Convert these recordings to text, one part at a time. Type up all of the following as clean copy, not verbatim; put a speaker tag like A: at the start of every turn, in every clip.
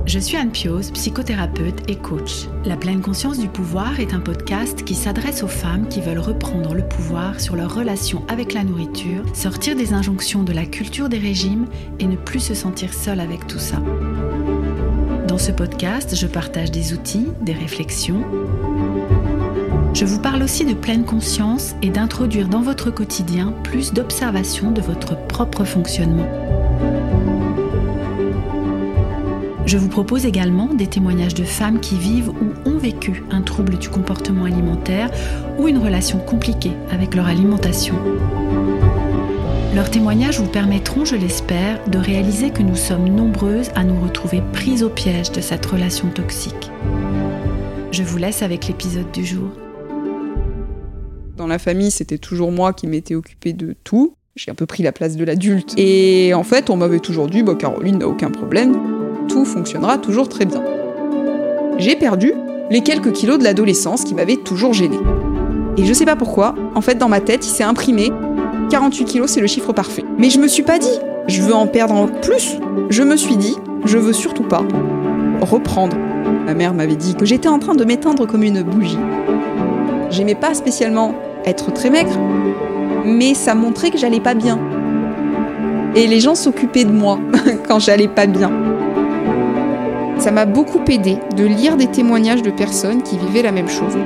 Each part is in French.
A: Je suis Anne Pioz, psychothérapeute et coach. La pleine conscience du pouvoir est un podcast qui s'adresse aux femmes qui veulent reprendre le pouvoir sur leur relation avec la nourriture, sortir des injonctions de la culture des régimes et ne plus se sentir seule avec tout ça. Dans ce podcast, je partage des outils, des réflexions. Je vous parle aussi de pleine conscience et d'introduire dans votre quotidien plus d'observation de votre propre fonctionnement. Je vous propose également des témoignages de femmes qui vivent ou ont vécu un trouble du comportement alimentaire ou une relation compliquée avec leur alimentation. Leurs témoignages vous permettront, je l'espère, de réaliser que nous sommes nombreuses à nous retrouver prises au piège de cette relation toxique. Je vous laisse avec l'épisode du jour.
B: Dans la famille, c'était toujours moi qui m'étais occupée de tout. J'ai un peu pris la place de l'adulte. Et en fait, on m'avait toujours dit « Caroline n'a aucun problème, tout fonctionnera toujours très bien ». J'ai perdu les quelques kilos de l'adolescence qui m'avaient toujours gênée. Et je sais pas pourquoi, en fait, dans ma tête, il s'est imprimé 48 kilos, c'est le chiffre parfait. Mais je me suis pas dit « je veux en perdre plus ». Je me suis dit « je veux surtout pas reprendre ». Ma mère m'avait dit que j'étais en train de m'éteindre comme une bougie. J'aimais pas spécialement être très maigre, mais ça montrait que j'allais pas bien. Et les gens s'occupaient de moi quand j'allais pas bien. Ça m'a beaucoup aidé de lire des témoignages de personnes qui vivaient la même chose.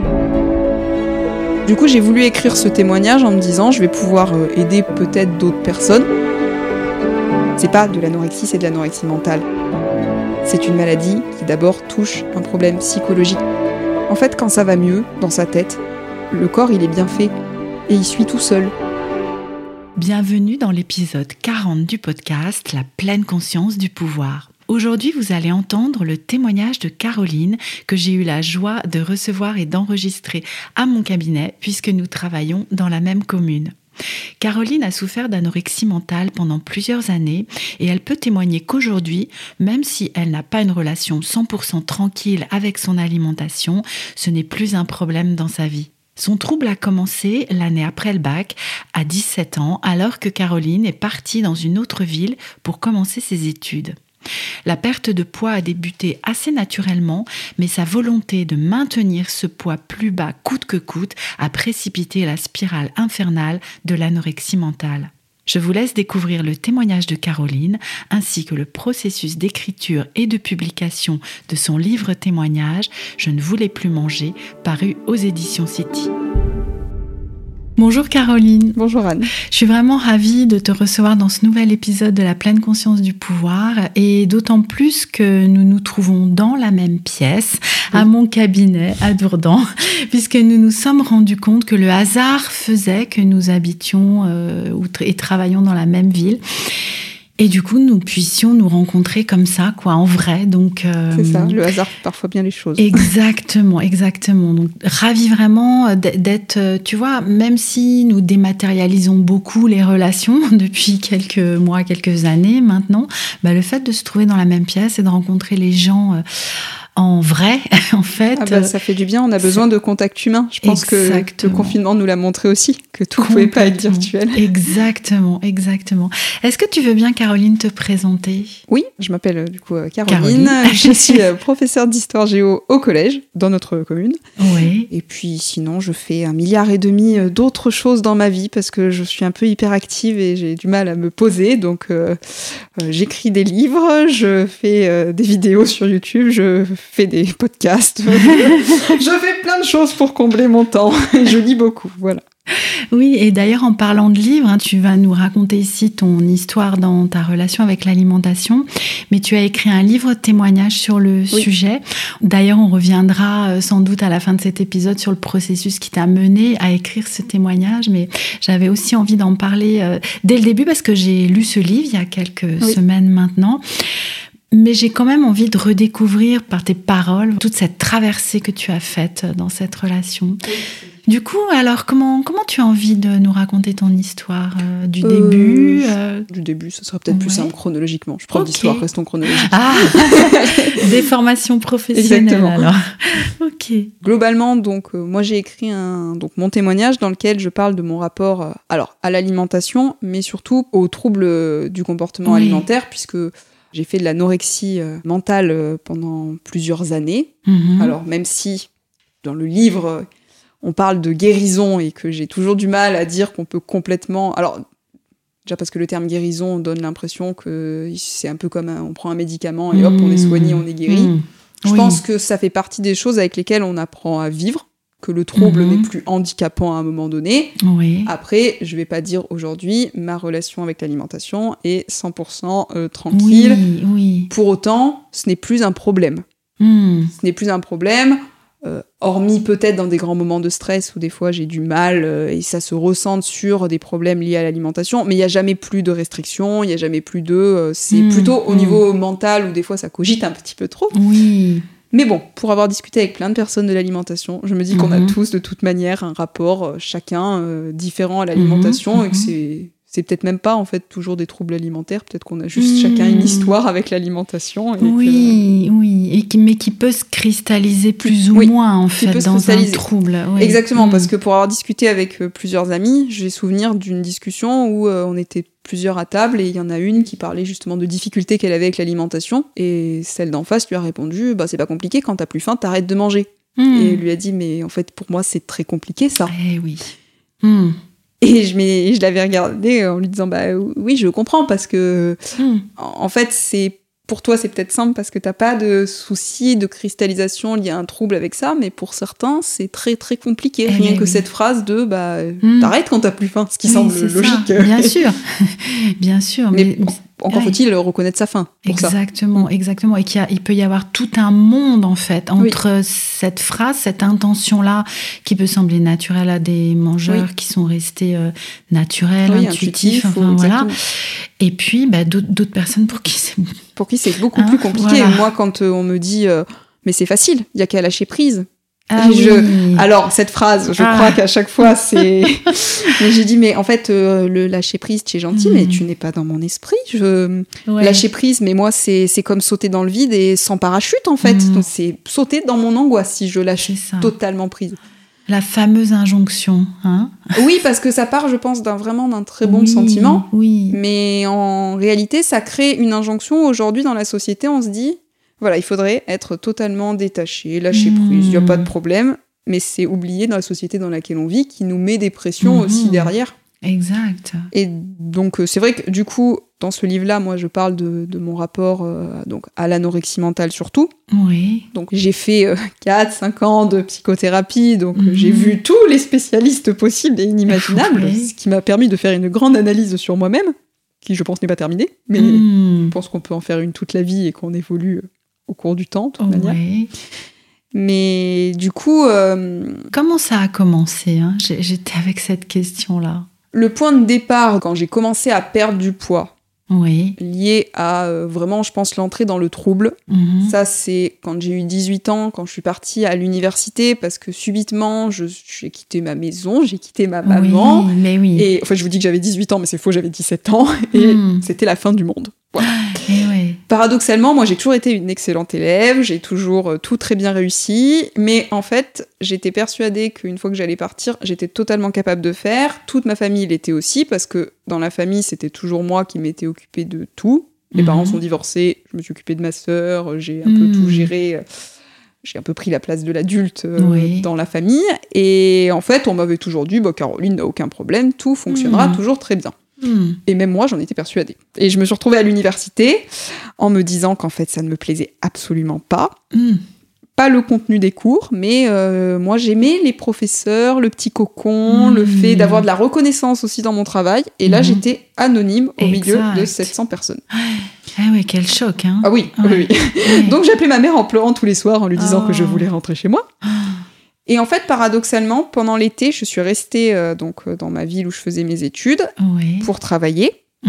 B: Du coup, j'ai voulu écrire ce témoignage en me disant je vais pouvoir aider peut-être d'autres personnes. C'est pas de l'anorexie, c'est de l'anorexie mentale. C'est une maladie qui d'abord touche un problème psychologique. En fait, quand ça va mieux dans sa tête, le corps il est bien fait et il suit tout seul.
A: Bienvenue dans l'épisode 40 du podcast La pleine conscience du pouvoir. Aujourd'hui, vous allez entendre le témoignage de Caroline que j'ai eu la joie de recevoir et d'enregistrer à mon cabinet puisque nous travaillons dans la même commune. Caroline a souffert d'anorexie mentale pendant plusieurs années et elle peut témoigner qu'aujourd'hui, même si elle n'a pas une relation 100% tranquille avec son alimentation, ce n'est plus un problème dans sa vie. Son trouble a commencé l'année après le bac, à 17 ans, alors que Caroline est partie dans une autre ville pour commencer ses études. La perte de poids a débuté assez naturellement, mais sa volonté de maintenir ce poids plus bas coûte que coûte a précipité la spirale infernale de l'anorexie mentale. Je vous laisse découvrir le témoignage de Caroline, ainsi que le processus d'écriture et de publication de son livre témoignage « Je ne voulais plus manger » paru aux éditions City. Bonjour Caroline.
B: Bonjour Anne.
A: Je suis vraiment ravie de te recevoir dans ce nouvel épisode de la pleine conscience du pouvoir et d'autant plus que nous nous trouvons dans la même pièce, à mon cabinet à Dourdan, puisque nous nous sommes rendus compte que le hasard faisait que nous habitions et travaillions dans la même ville. Et du coup, nous puissions nous rencontrer comme ça, en vrai. Donc,
B: c'est ça, le hasard fait parfois bien les choses.
A: Exactement. Donc, ravie vraiment d'être, tu vois, même si nous dématérialisons beaucoup les relations depuis quelques mois, quelques années maintenant, le fait de se trouver dans la même pièce et de rencontrer les gens en vrai, en fait.
B: Ça fait du bien, on a besoin de contact humain. Je pense que le confinement nous l'a montré aussi, que tout ne pouvait pas être virtuel.
A: Exactement. Est-ce que tu veux bien, Caroline, te présenter ?
B: Oui, je m'appelle du coup Caroline. Je suis professeure d'histoire géo au collège, dans notre commune.
A: Oui.
B: Et puis sinon, je fais 1,5 milliard d'autres choses dans ma vie, parce que je suis un peu hyperactive et j'ai du mal à me poser. Donc j'écris des livres, je fais des vidéos sur YouTube, je fais des podcasts, je fais plein de choses pour combler mon temps et je lis beaucoup, voilà.
A: Oui, et d'ailleurs en parlant de livres, tu vas nous raconter ici ton histoire dans ta relation avec l'alimentation, mais tu as écrit un livre témoignage sur le sujet. D'ailleurs, on reviendra sans doute à la fin de cet épisode sur le processus qui t'a mené à écrire ce témoignage, mais j'avais aussi envie d'en parler dès le début parce que j'ai lu ce livre il y a quelques semaines maintenant. Mais j'ai quand même envie de redécouvrir par tes paroles toute cette traversée que tu as faite dans cette relation. Du coup, alors, comment tu as envie de nous raconter ton histoire du début
B: Du début, ce sera peut-être plus simple chronologiquement. Je prends l'histoire, restons chronologiques.
A: Ah, des formations professionnelles.
B: Exactement.
A: Alors. Ok.
B: Globalement, donc, moi j'ai écrit mon témoignage dans lequel je parle de mon rapport à l'alimentation, mais surtout aux troubles du comportement alimentaire, puisque J'ai fait de l'anorexie mentale pendant plusieurs années. Alors, même si dans le livre, on parle de guérison et que j'ai toujours du mal à dire qu'on peut complètement... Alors, déjà parce que le terme guérison donne l'impression que c'est un peu comme on prend un médicament et hop, on est soigné, on est guéri. Je pense que ça fait partie des choses avec lesquelles on apprend à vivre, que le trouble n'est plus handicapant à un moment donné.
A: Oui.
B: Après, je vais pas dire aujourd'hui, ma relation avec l'alimentation est 100% tranquille.
A: Oui.
B: Pour autant, ce n'est plus un problème. Ce n'est plus un problème, hormis peut-être dans des grands moments de stress où des fois j'ai du mal et ça se ressent sur des problèmes liés à l'alimentation, mais il n'y a jamais plus de restrictions, il n'y a jamais plus de... c'est plutôt au niveau mental où des fois ça cogite un petit peu trop.
A: Oui.
B: Mais bon, pour avoir discuté avec plein de personnes de l'alimentation, je me dis qu'on a tous de toute manière un rapport chacun différent à l'alimentation et que c'est peut-être même pas en fait toujours des troubles alimentaires, peut-être qu'on a juste chacun une histoire avec l'alimentation. Et
A: mais qui peut se cristalliser plus ou moins en fait dans un trouble. Oui.
B: Exactement, parce que pour avoir discuté avec plusieurs amis, j'ai souvenir d'une discussion où on était plusieurs à table et il y en a une qui parlait justement de difficultés qu'elle avait avec l'alimentation et celle d'en face lui a répondu c'est pas compliqué, quand t'as plus faim t'arrêtes de manger. Et elle lui a dit mais en fait pour moi c'est très compliqué ça.
A: Eh oui.
B: Et je l'avais regardé en lui disant oui je comprends parce que en fait pour toi c'est peut-être simple parce que t'as pas de soucis de cristallisation liés à un trouble avec ça, mais pour certains c'est très très compliqué. Rien que cette phrase de t'arrêtes quand t'as plus faim, ce qui semble logique.
A: Bien sûr, bien sûr.
B: Mais encore faut-il reconnaître sa faim.
A: Exactement. Et il peut y avoir tout un monde en fait entre cette phrase, cette intention-là qui peut sembler naturelle à des mangeurs qui sont restés naturels, intuitifs, voilà. Et puis d'autres personnes pour qui c'est beaucoup
B: plus compliqué. Voilà. Moi, quand on me dit mais c'est facile, il y a qu'à lâcher prise. Alors, cette phrase, je crois qu'à chaque fois, c'est... Mais j'ai dit, mais en fait, le lâcher prise, tu es gentil, mais tu n'es pas dans mon esprit. Lâcher prise, mais moi, c'est comme sauter dans le vide et sans parachute, en fait. Donc, c'est sauter dans mon angoisse si je lâche totalement prise.
A: La fameuse injonction, hein.
B: Oui, parce que ça part, je pense, d'un très bon sentiment.
A: Oui.
B: Mais en réalité, ça crée une injonction. Aujourd'hui, dans la société, on se dit... Voilà, il faudrait être totalement détaché, lâcher prise, il n'y a pas de problème, mais c'est oublié dans la société dans laquelle on vit, qui nous met des pressions aussi derrière.
A: Exact.
B: Et donc, c'est vrai que du coup, dans ce livre-là, moi, je parle de mon rapport donc à l'anorexie mentale surtout.
A: Oui.
B: Donc, j'ai fait 4-5 ans de psychothérapie, donc j'ai vu tous les spécialistes possibles et inimaginables, ce qui m'a permis de faire une grande analyse sur moi-même, qui, je pense, n'est pas terminée, mais je pense qu'on peut en faire une toute la vie et qu'on évolue au cours du temps, de toute manière. Mais du coup...
A: Comment ça a commencé, hein ? J'étais avec cette question-là.
B: Le point de départ, quand j'ai commencé à perdre du poids, lié à vraiment, je pense, l'entrée dans le trouble, ça, c'est quand j'ai eu 18 ans, quand je suis partie à l'université, parce que subitement, j'ai quitté ma maison, j'ai quitté ma maman. Et enfin, je vous dis que j'avais 18 ans, mais c'est faux, j'avais 17 ans, et c'était la fin du monde. Voilà. Paradoxalement, moi j'ai toujours été une excellente élève, j'ai toujours tout très bien réussi, mais en fait j'étais persuadée qu'une fois que j'allais partir, j'étais totalement capable de faire. Toute ma famille l'était aussi, parce que dans la famille c'était toujours moi qui m'étais occupée de tout. Mes parents sont divorcés, je me suis occupée de ma sœur, j'ai un peu tout géré, j'ai un peu pris la place de l'adulte dans la famille, et en fait on m'avait toujours dit Caroline n'a aucun problème, tout fonctionnera toujours très bien. Et même moi, j'en étais persuadée. Et je me suis retrouvée à l'université en me disant qu'en fait, ça ne me plaisait absolument pas. Pas le contenu des cours, mais moi, j'aimais les professeurs, le petit cocon, le fait d'avoir de la reconnaissance aussi dans mon travail. Et là, j'étais anonyme au milieu de 700 personnes.
A: Ah oui, quel choc, hein.
B: Ah oui, oui. Donc, j'appelais ma mère en pleurant tous les soirs en lui disant que je voulais rentrer chez moi. Et en fait, paradoxalement, pendant l'été, je suis restée dans ma ville où je faisais mes études pour travailler.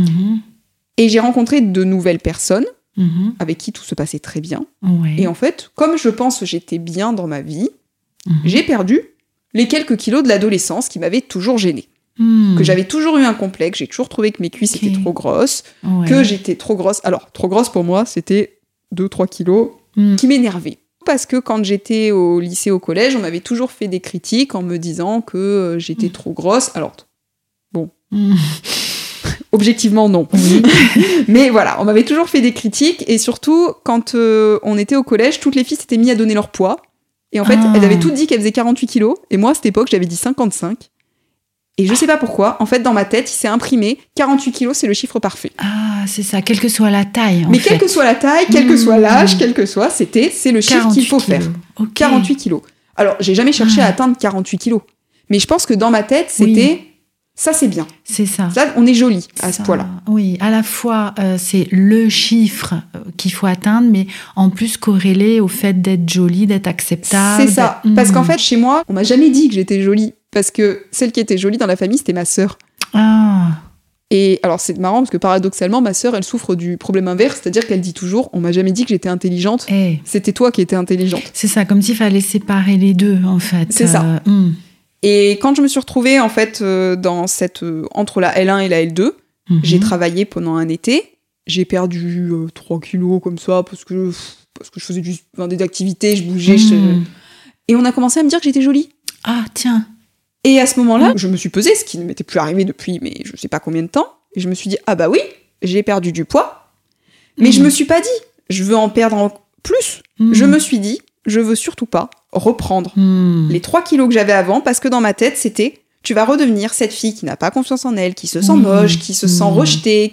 B: Et j'ai rencontré de nouvelles personnes avec qui tout se passait très bien. Et en fait, comme je pense que j'étais bien dans ma vie, j'ai perdu les quelques kilos de l'adolescence qui m'avaient toujours gênée. Que j'avais toujours eu un complexe, j'ai toujours trouvé que mes cuisses étaient trop grosses, que j'étais trop grosse. Alors, trop grosse pour moi, c'était 2-3 kilos qui m'énervaient. Parce que quand j'étais au lycée, au collège, on m'avait toujours fait des critiques en me disant que j'étais trop grosse. Alors, bon, Objectivement, non.
A: Oui.
B: Mais voilà, on m'avait toujours fait des critiques. Et surtout, quand on était au collège, toutes les filles s'étaient mis à donner leur poids. Et en fait, elles avaient toutes dit qu'elles faisaient 48 kilos. Et moi, à cette époque, j'avais dit 55. Et je sais pas pourquoi, en fait, dans ma tête, il s'est imprimé 48 kilos, c'est le chiffre parfait.
A: Ah, c'est ça, quelle que soit la taille.
B: Mais quelle que soit la taille, quel que soit l'âge, quel que soit, c'est le chiffre qu'il faut faire.
A: Okay.
B: 48 kilos. Alors, j'ai jamais cherché à atteindre 48 kilos. Mais je pense que dans ma tête, c'était... Ça, c'est bien.
A: C'est ça.
B: Ça, on est joli à ce poids-là.
A: Oui, à la fois, c'est le chiffre qu'il faut atteindre, mais en plus corrélé au fait d'être jolie, d'être acceptable.
B: C'est ça. Parce qu'en fait, chez moi, on m'a jamais dit que j'étais jolie. Parce que celle qui était jolie dans la famille, c'était ma sœur.
A: Ah.
B: Et alors, c'est marrant parce que paradoxalement, ma sœur, elle souffre du problème inverse. C'est-à-dire qu'elle dit toujours, on m'a jamais dit que j'étais intelligente. C'était toi qui étais intelligente.
A: C'est ça, comme s'il fallait séparer les deux, en fait.
B: C'est ça. Et quand je me suis retrouvée, en fait, dans cette, entre la L1 et la L2, j'ai travaillé pendant un été. J'ai perdu 3 kilos comme ça, parce que je faisais des activités, je bougeais. Et on a commencé à me dire que j'étais jolie.
A: Ah, tiens.
B: Et à ce moment-là, je me suis pesée, ce qui ne m'était plus arrivé depuis, mais je sais pas combien de temps. Et je me suis dit, ah bah oui, j'ai perdu du poids. Mais je me suis pas dit, je veux en perdre plus. Je me suis dit, je veux surtout pas reprendre les 3 kilos que j'avais avant, parce que dans ma tête, c'était, tu vas redevenir cette fille qui n'a pas confiance en elle, qui se sent moche, qui se sent rejetée,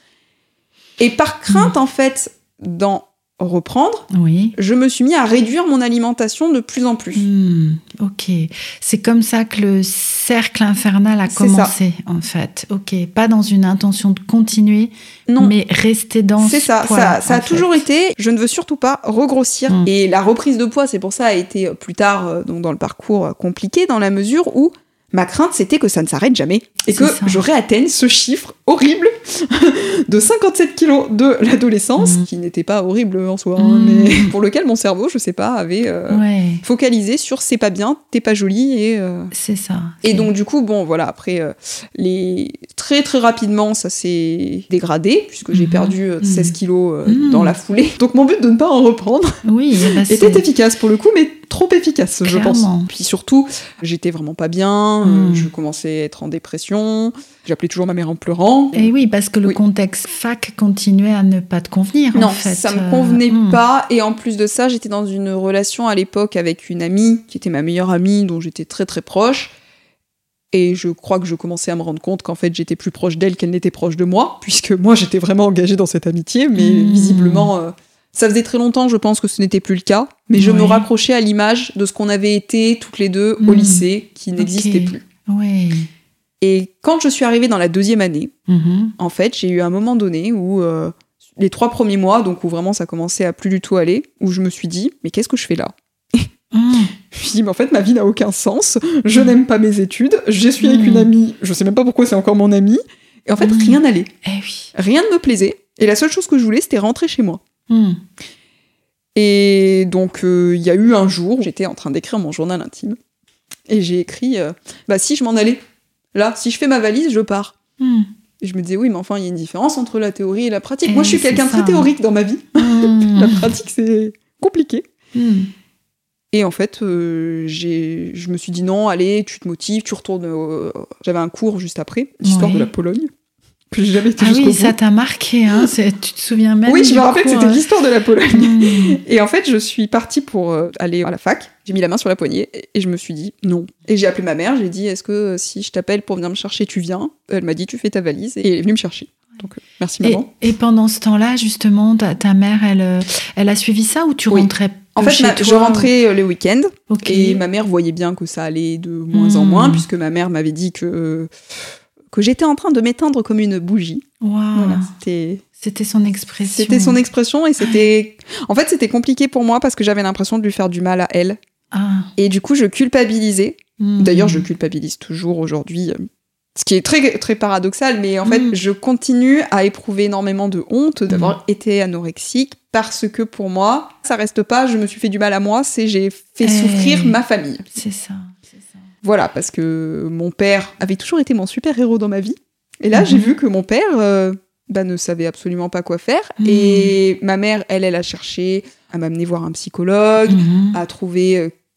B: Et par crainte, en fait, d'en reprendre, je me suis mis à réduire mon alimentation de plus en plus.
A: Ok. C'est comme ça que le cercle infernal a commencé, en fait. Ok. Pas dans une intention de continuer, mais rester dans ce poids.
B: Ça a toujours été, je ne veux surtout pas regrossir. Et la reprise de poids, c'est pour ça, a été plus tard, donc dans le parcours, compliqué, dans la mesure où ma crainte, c'était que ça ne s'arrête jamais. Et que je réatteigne ce chiffre horrible de 57 kilos de l'adolescence, qui n'était pas horrible en soi, mais pour lequel mon cerveau, je sais pas, avait focalisé sur c'est pas bien, t'es pas jolie.
A: C'est ça.
B: Et donc, du coup, bon, voilà, après, très très rapidement, ça s'est dégradé, puisque j'ai perdu 16 kilos dans la foulée. Donc, mon but de ne pas en reprendre était efficace pour le coup, mais trop efficace, je pense. Puis surtout, j'étais vraiment pas bien, je commençais à être en dépression, j'appelais toujours ma mère en pleurant.
A: Et oui, parce que le contexte fac continuait à ne pas te convenir,
B: non,
A: en fait.
B: Ça me convenait pas, et en plus de ça, j'étais dans une relation à l'époque avec une amie, qui était ma meilleure amie, dont j'étais très très proche, et je crois que je commençais à me rendre compte qu'en fait, j'étais plus proche d'elle qu'elle n'était proche de moi, puisque moi, j'étais vraiment engagée dans cette amitié, mais visiblement... ça faisait très longtemps, je pense, que ce n'était plus le cas, mais je me raccrochais à l'image de ce qu'on avait été toutes les deux au lycée, qui n'existait plus. Et quand je suis arrivée dans la 2e année, en fait, j'ai eu un moment donné où, les 3 premiers mois, donc où vraiment ça commençait à plus du tout aller, où je me suis dit, mais qu'est-ce que je fais là ? Je me suis dit, mais en fait, ma vie n'a aucun sens, je n'aime pas mes études, je suis avec une amie, je sais même pas pourquoi c'est encore mon amie, et en fait, rien n'allait. Rien ne me plaisait, et la seule chose que je voulais, c'était rentrer chez moi. Et donc, il y a eu un jour, j'étais en train d'écrire mon journal intime, et j'ai écrit, si je m'en allais, là, si je fais ma valise, je pars. Et je me disais, oui, mais enfin, il y a une différence entre la théorie et la pratique. Moi, je suis quelqu'un de très théorique dans ma vie. La pratique, c'est compliqué. Et en fait, je me suis dit, non, allez, tu te motives, tu retournes... J'avais un cours juste après, d'histoire de la Pologne. Que j'ai jamais été jusqu'au bout.
A: Ça t'a marqué, hein. Tu te souviens même.
B: Oui, je me rappelle, c'était l'histoire de la Pologne. Et en fait, je suis partie pour aller à la fac. J'ai mis la main sur la poignée et je me suis dit non. Et j'ai appelé ma mère, j'ai dit, est-ce que si je t'appelle pour venir me chercher, tu viens ? Elle m'a dit, tu fais ta valise, et elle est venue me chercher. Donc, merci maman.
A: Et pendant ce temps-là, justement, ta mère, elle a suivi ça, ou tu rentrais
B: en fait, je rentrais les week-ends, et ma mère voyait bien que ça allait de moins en moins, puisque ma mère m'avait dit que j'étais en train de m'éteindre comme une bougie. Voilà,
A: c'était son expression.
B: C'était son expression, et c'était... En fait, c'était compliqué pour moi parce que j'avais l'impression de lui faire du mal à elle. Et du coup, je culpabilisais. D'ailleurs, je culpabilise toujours aujourd'hui, ce qui est très, très paradoxal, mais en fait, je continue à éprouver énormément de honte d'avoir été anorexique, parce que pour moi, ça reste pas « je me suis fait du mal à moi », c'est « j'ai fait souffrir ma famille ».
A: C'est ça.
B: Voilà, parce que mon père avait toujours été mon super-héros dans ma vie. Et là, j'ai vu que mon père ne savait absolument pas quoi faire. Et ma mère, elle a cherché à m'amener voir un psychologue, à trouver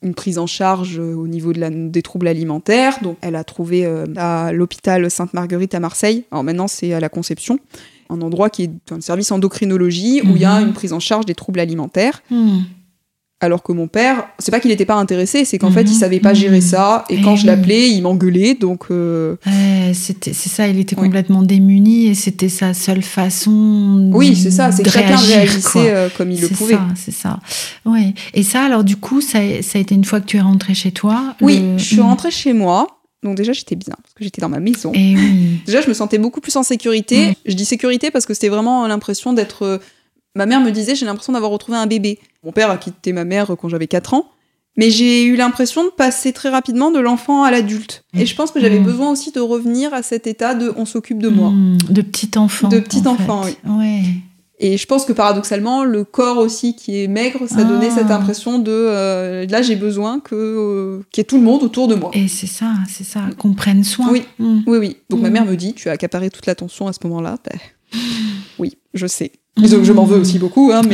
B: une prise en charge au niveau des troubles alimentaires. Donc, elle a trouvé à l'hôpital Sainte-Marguerite à Marseille. Alors maintenant, c'est à la Conception, un endroit qui est un service endocrinologie où il y a une prise en charge des troubles alimentaires. Alors que mon père, c'est pas qu'il n'était pas intéressé, c'est qu'en fait, il savait pas gérer ça. Et quand je l'appelais, il m'engueulait. Donc,
A: c'est ça, il était complètement démuni et c'était sa seule façon.
B: Oui, c'est ça, c'est que chacun réagissait comme il le
A: c'est
B: pouvait.
A: C'est ça. Ouais. Et ça, alors du coup, ça a été une fois que tu es rentrée chez toi.
B: Oui, je suis rentrée chez moi. Donc déjà, j'étais bien, parce que j'étais dans ma maison.
A: Et oui.
B: Déjà, je me sentais beaucoup plus en sécurité. Je dis sécurité parce que c'était vraiment l'impression d'être... Ma mère me disait, j'ai l'impression d'avoir retrouvé un bébé. Mon père a quitté ma mère quand j'avais 4 ans. Mais j'ai eu l'impression de passer très rapidement de l'enfant à l'adulte. Et je pense que j'avais besoin aussi de revenir à cet état de « on s'occupe de moi ».
A: De petit enfant.
B: De petit enfant,
A: oui.
B: Ouais. Et je pense que paradoxalement, le corps aussi qui est maigre, ça donnait cette impression de là, j'ai besoin qu'il y ait tout le monde autour de moi.
A: Et c'est ça, qu'on prenne soin.
B: Oui, oui. Donc ma mère me dit, tu as accaparé toute l'attention à ce moment-là. Oui, je sais. Je m'en veux aussi beaucoup, hein,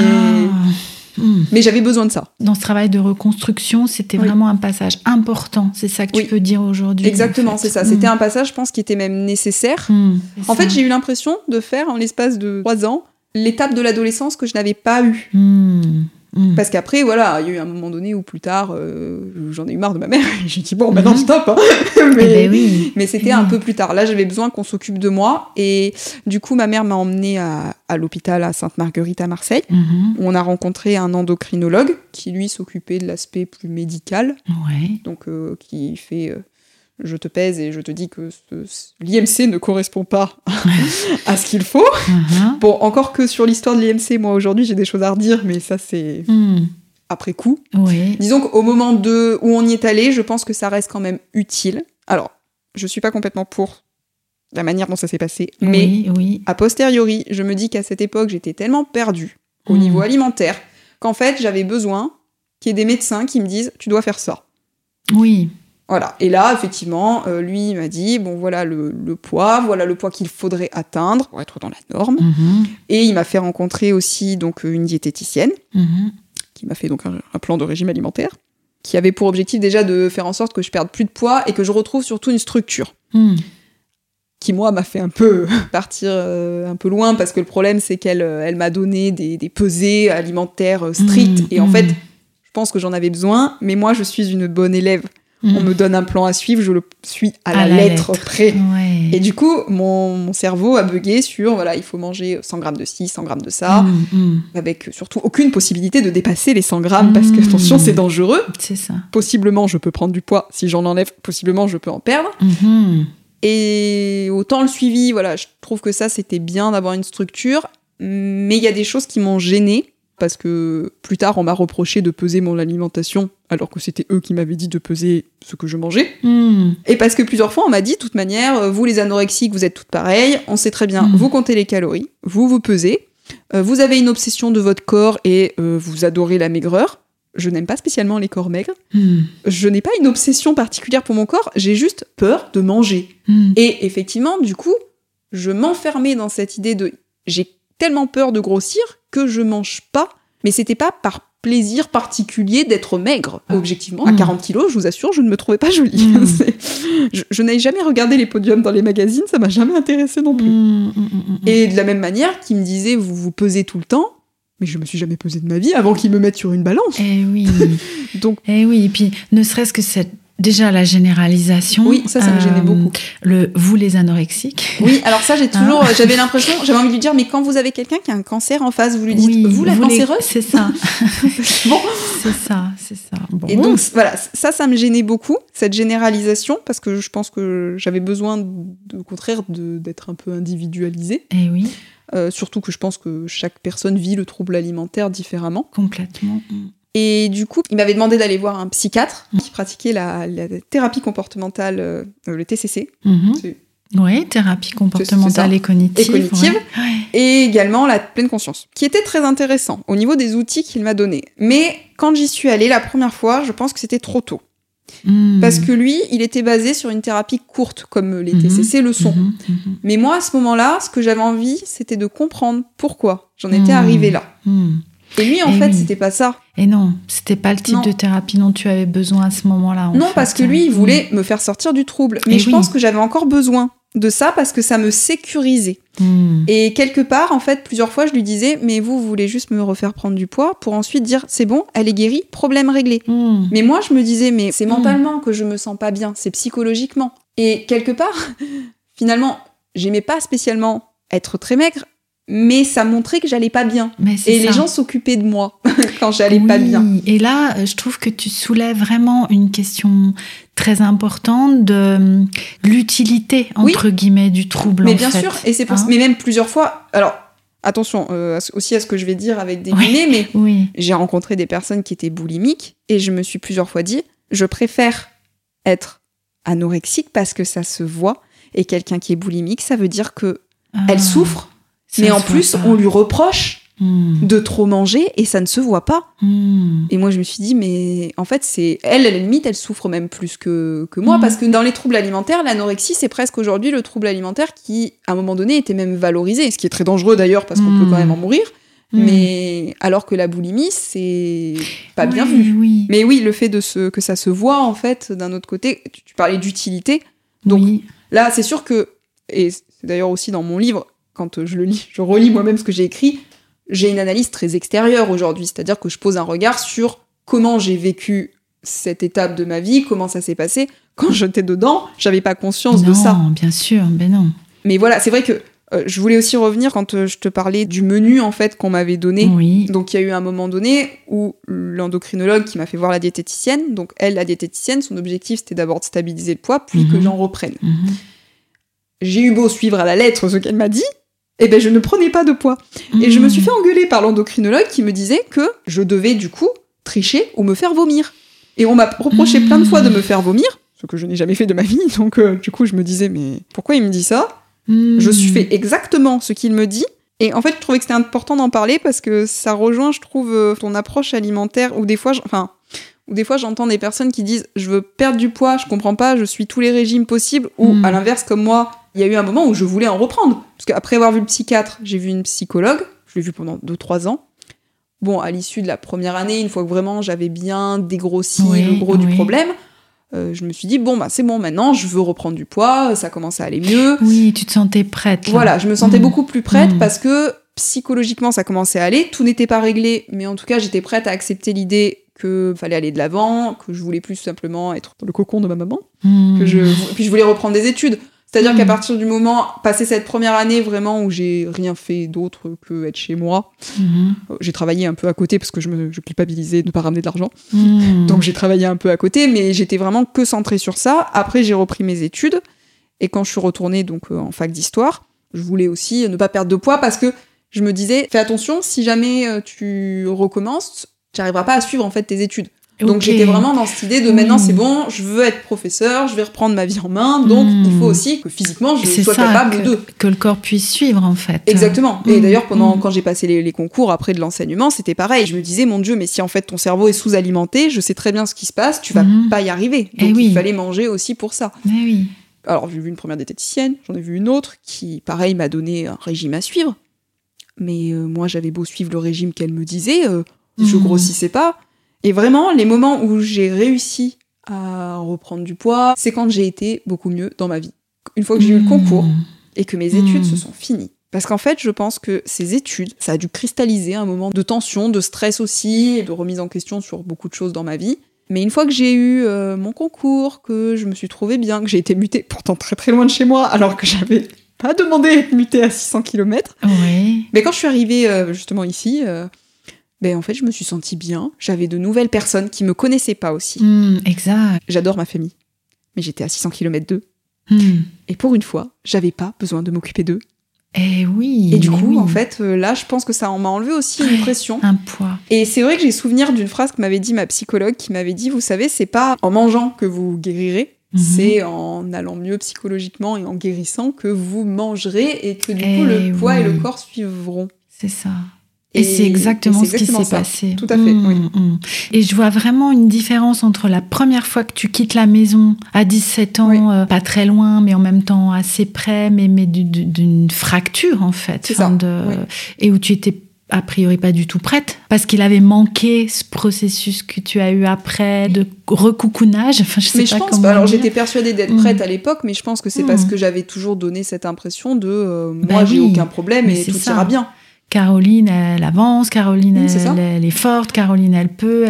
B: mais j'avais besoin de ça.
A: Dans ce travail de reconstruction, c'était vraiment un passage important. C'est ça que tu peux dire aujourd'hui.
B: Exactement, en fait. C'est ça. C'était un passage, je pense, qui était même nécessaire. En fait, j'ai eu l'impression de faire, en l'espace de 3 ans, l'étape de l'adolescence que je n'avais pas eue. Parce qu'après, voilà, il y a eu un moment donné où plus tard, j'en ai eu marre de ma mère. J'ai dit, bon, maintenant, stop. Hein. Mais c'était un peu plus tard. Là, j'avais besoin qu'on s'occupe de moi. Et du coup, ma mère m'a emmenée à l'hôpital à Sainte-Marguerite à Marseille. Où on a rencontré un endocrinologue qui, lui, s'occupait de l'aspect plus médical. Donc, qui fait... je te pèse et je te dis que l'IMC ne correspond pas à ce qu'il faut. Bon, encore que sur l'histoire de l'IMC, moi, aujourd'hui, j'ai des choses à redire, mais ça, c'est après coup. Disons qu'au moment où on y est allé, je pense que ça reste quand même utile. Alors, je suis pas complètement pour la manière dont ça s'est passé, mais a posteriori, je me dis qu'à cette époque, j'étais tellement perdue au niveau alimentaire qu'en fait, j'avais besoin qu'il y ait des médecins qui me disent « tu dois faire ça ». Voilà. Et là, effectivement, lui, il m'a dit, bon, voilà le poids qu'il faudrait atteindre pour être dans la norme. Et il m'a fait rencontrer aussi donc une diététicienne qui m'a fait donc un plan de régime alimentaire qui avait pour objectif déjà de faire en sorte que je perde plus de poids et que je retrouve surtout une structure qui, moi, m'a fait un peu partir un peu loin parce que le problème, c'est qu'elle m'a donné des pesées alimentaires strictes. Et en fait, je pense que j'en avais besoin, mais moi, je suis une bonne élève. On me donne un plan à suivre, je le suis à la lettre près. Et du coup, mon cerveau a bugué sur, voilà, il faut manger 100 grammes de ci, 100 grammes de ça, avec surtout aucune possibilité de dépasser les 100 grammes, parce que, attention, c'est dangereux.
A: C'est ça.
B: Possiblement, je peux prendre du poids. Si j'en enlève, possiblement, je peux en perdre. Et autant le suivi, voilà, je trouve que ça, c'était bien d'avoir une structure, mais il y a des choses qui m'ont gênée, parce que plus tard, on m'a reproché de peser mon alimentation, alors que c'était eux qui m'avaient dit de peser ce que je mangeais. Et parce que plusieurs fois, on m'a dit, de toute manière, vous les anorexiques, vous êtes toutes pareilles, on sait très bien, vous comptez les calories, vous pesez, vous avez une obsession de votre corps et vous adorez la maigreur. Je n'aime pas spécialement les corps maigres. Je n'ai pas une obsession particulière pour mon corps, j'ai juste peur de manger. Et effectivement, du coup, je m'enfermais dans cette idée de... J'ai tellement peur de grossir que je mange pas. Mais c'était pas par plaisir particulier d'être maigre. Objectivement, à 40 kilos, je vous assure, je ne me trouvais pas jolie. Je n'avais jamais regardé les podiums dans les magazines, ça m'a jamais intéressée non plus. Et de la même manière, qu'ils me disaient, vous pesez tout le temps, mais je me suis jamais pesée de ma vie avant qu'ils me mettent sur une balance. Donc...
A: Et puis ne serait-ce que déjà la généralisation.
B: Oui, ça me gênait beaucoup.
A: Vous les anorexiques.
B: Oui, alors ça, j'avais l'impression, j'avais envie de lui dire, mais quand vous avez quelqu'un qui a un cancer en face, vous lui dites, vous la cancéreuse.
A: C'est ça.
B: Bon.
A: C'est ça. Bon.
B: Et donc, voilà, ça me gênait beaucoup, cette généralisation, parce que je pense que j'avais besoin, au contraire, d'être un peu individualisée. Surtout que je pense que chaque personne vit le trouble alimentaire différemment.
A: Complètement.
B: Et du coup, il m'avait demandé d'aller voir un psychiatre qui pratiquait la thérapie comportementale, le TCC.
A: Oui, thérapie comportementale et cognitive.
B: Et également la pleine conscience, qui était très intéressant au niveau des outils qu'il m'a donnés. Mais quand j'y suis allée la première fois, je pense que c'était trop tôt. Parce que lui, il était basé sur une thérapie courte, comme les TCC le sont. Mais moi, à ce moment-là, ce que j'avais envie, c'était de comprendre pourquoi j'en étais arrivée là. Et lui, en fait, c'était pas ça.
A: Et non, c'était pas le type de thérapie dont tu avais besoin à ce moment-là.
B: Non, parce que lui, il voulait me faire sortir du trouble. Mais je pense que j'avais encore besoin de ça parce que ça me sécurisait. Et quelque part, en fait, plusieurs fois, je lui disais, mais vous voulez juste me refaire prendre du poids pour ensuite dire, c'est bon, elle est guérie, problème réglé. Mais moi, je me disais, mais c'est mentalement que je me sens pas bien, c'est psychologiquement. Et quelque part, finalement, j'aimais pas spécialement être très maigre, mais ça montrait que j'allais pas bien. Et les gens s'occupaient de moi quand j'allais pas bien.
A: Et là, je trouve que tu soulèves vraiment une question très importante de l'utilité, entre guillemets, du trouble,
B: mais bien sûr, et c'est pour mais même plusieurs fois... Alors, attention aussi à ce que je vais dire avec des guillemets, mais j'ai rencontré des personnes qui étaient boulimiques, et je me suis plusieurs fois dit, je préfère être anorexique parce que ça se voit, et quelqu'un qui est boulimique, ça veut dire que elle souffre, mais en plus, on lui reproche de trop manger et ça ne se voit pas. Et moi, je me suis dit, mais en fait, c'est elle, à la limite, elle souffre même plus que moi, parce que dans les troubles alimentaires, l'anorexie, c'est presque aujourd'hui le trouble alimentaire qui, à un moment donné, était même valorisé, ce qui est très dangereux d'ailleurs, parce qu'on peut quand même en mourir. Mais alors que la boulimie, c'est pas bien vu. Mais oui, le fait que ça se voit, en fait, d'un autre côté, tu parlais d'utilité. Donc là, c'est sûr que, et c'est d'ailleurs aussi dans mon livre, quand je le lis, je relis moi-même ce que j'ai écrit, j'ai une analyse très extérieure aujourd'hui, c'est-à-dire que je pose un regard sur comment j'ai vécu cette étape de ma vie, comment ça s'est passé. Quand j'étais dedans, j'avais pas conscience de ça.
A: Non, bien sûr, ben non.
B: Mais voilà, c'est vrai que je voulais aussi revenir quand je te parlais du menu en fait qu'on m'avait donné. Donc il y a eu un moment donné où l'endocrinologue qui m'a fait voir la diététicienne, donc elle, la diététicienne, son objectif c'était d'abord de stabiliser le poids, puis que j'en reprenne. J'ai eu beau suivre à la lettre ce qu'elle m'a dit, eh ben je ne prenais pas de poids. Et je me suis fait engueuler par l'endocrinologue qui me disait que je devais du coup tricher ou me faire vomir. Et on m'a reproché plein de fois de me faire vomir, ce que je n'ai jamais fait de ma vie, donc du coup je me disais mais pourquoi il me dit ça ? Je suis fait exactement ce qu'il me dit. Et en fait je trouvais que c'était important d'en parler parce que ça rejoint, je trouve, ton approche alimentaire, où des fois j'entends des personnes qui disent je veux perdre du poids, je comprends pas, je suis tous les régimes possibles, ou à l'inverse comme moi, il y a eu un moment où je voulais en reprendre. Parce qu'après avoir vu le psychiatre, j'ai vu une psychologue, je l'ai vue pendant 2-3 ans. Bon, à l'issue de la première année, une fois que vraiment j'avais bien dégrossi le gros du problème, je me suis dit, bon, bah c'est bon, maintenant je veux reprendre du poids, ça commence à aller mieux.
A: Oui, tu te sentais prête. Là.
B: Voilà, je me sentais beaucoup plus prête parce que psychologiquement ça commençait à aller, tout n'était pas réglé, mais en tout cas j'étais prête à accepter l'idée qu'il fallait aller de l'avant, que je voulais plus simplement être dans le cocon de ma maman, puis je voulais reprendre des études. C'est-à-dire qu'à partir du moment, passé cette première année vraiment où j'ai rien fait d'autre que être chez moi, j'ai travaillé un peu à côté parce que je culpabilisais de ne pas ramener de l'argent. Donc j'ai travaillé un peu à côté, mais j'étais vraiment que centrée sur ça. Après, j'ai repris mes études. Et quand je suis retournée donc, en fac d'histoire, je voulais aussi ne pas perdre de poids parce que je me disais, fais attention, si jamais tu recommences, tu n'arriveras pas à suivre en fait tes études. Donc j'étais vraiment dans cette idée de maintenant c'est bon, je veux être professeur, je vais reprendre ma vie en main, donc il faut aussi que physiquement je sois capable de...
A: Que le corps puisse suivre en fait.
B: Exactement. Et d'ailleurs quand j'ai passé les concours après de l'enseignement, c'était pareil. Je me disais mon Dieu, mais si en fait ton cerveau est sous-alimenté, je sais très bien ce qui se passe, tu vas pas y arriver. Donc il fallait manger aussi pour ça. Alors j'ai vu une première diététicienne, j'en ai vu une autre qui pareil m'a donné un régime à suivre. Mais moi j'avais beau suivre le régime qu'elle me disait, je grossissais pas. Et vraiment, les moments où j'ai réussi à reprendre du poids, c'est quand j'ai été beaucoup mieux dans ma vie. Une fois que j'ai eu le concours et que mes études se sont finies. Parce qu'en fait, je pense que ces études, ça a dû cristalliser un moment de tension, de stress aussi, et de remise en question sur beaucoup de choses dans ma vie. Mais une fois que j'ai eu mon concours, que je me suis trouvée bien, que j'ai été mutée, pourtant très très loin de chez moi, alors que j'avais pas demandé à être mutée à 600 km. Mais quand je suis arrivée justement ici... en fait, je me suis sentie bien. J'avais de nouvelles personnes qui me connaissaient pas aussi.
A: Exact.
B: J'adore ma famille, mais j'étais à 600 km d'eux. Et pour une fois, j'avais pas besoin de m'occuper d'eux.
A: Et oui.
B: Et du coup, en fait, là, je pense que ça m'a enlevé aussi une pression.
A: Un poids.
B: Et c'est vrai que j'ai souvenir d'une phrase que m'avait dit ma psychologue, qui m'avait dit, vous savez, c'est pas en mangeant que vous guérirez, c'est en allant mieux psychologiquement et en guérissant que vous mangerez et que du coup, le poids et le corps suivront.
A: C'est ça. Et c'est exactement ce qui s'est passé.
B: Tout à fait, oui.
A: Et je vois vraiment une différence entre la première fois que tu quittes la maison à 17 ans, pas très loin, mais en même temps assez près, mais d'une fracture, en fait.
B: C'est ça.
A: Et où tu étais a priori pas du tout prête, parce qu'il avait manqué ce processus que tu as eu après de recoucounage. Enfin, je sais
B: mais
A: pas
B: je pense
A: comment
B: pas. Alors
A: dire.
B: j'étais persuadée d'être prête à l'époque, mais je pense que c'est parce que j'avais toujours donné cette impression de moi j'ai aucun problème et tout ira bien.
A: Caroline, elle avance, Caroline, elle est forte, Caroline, elle peut,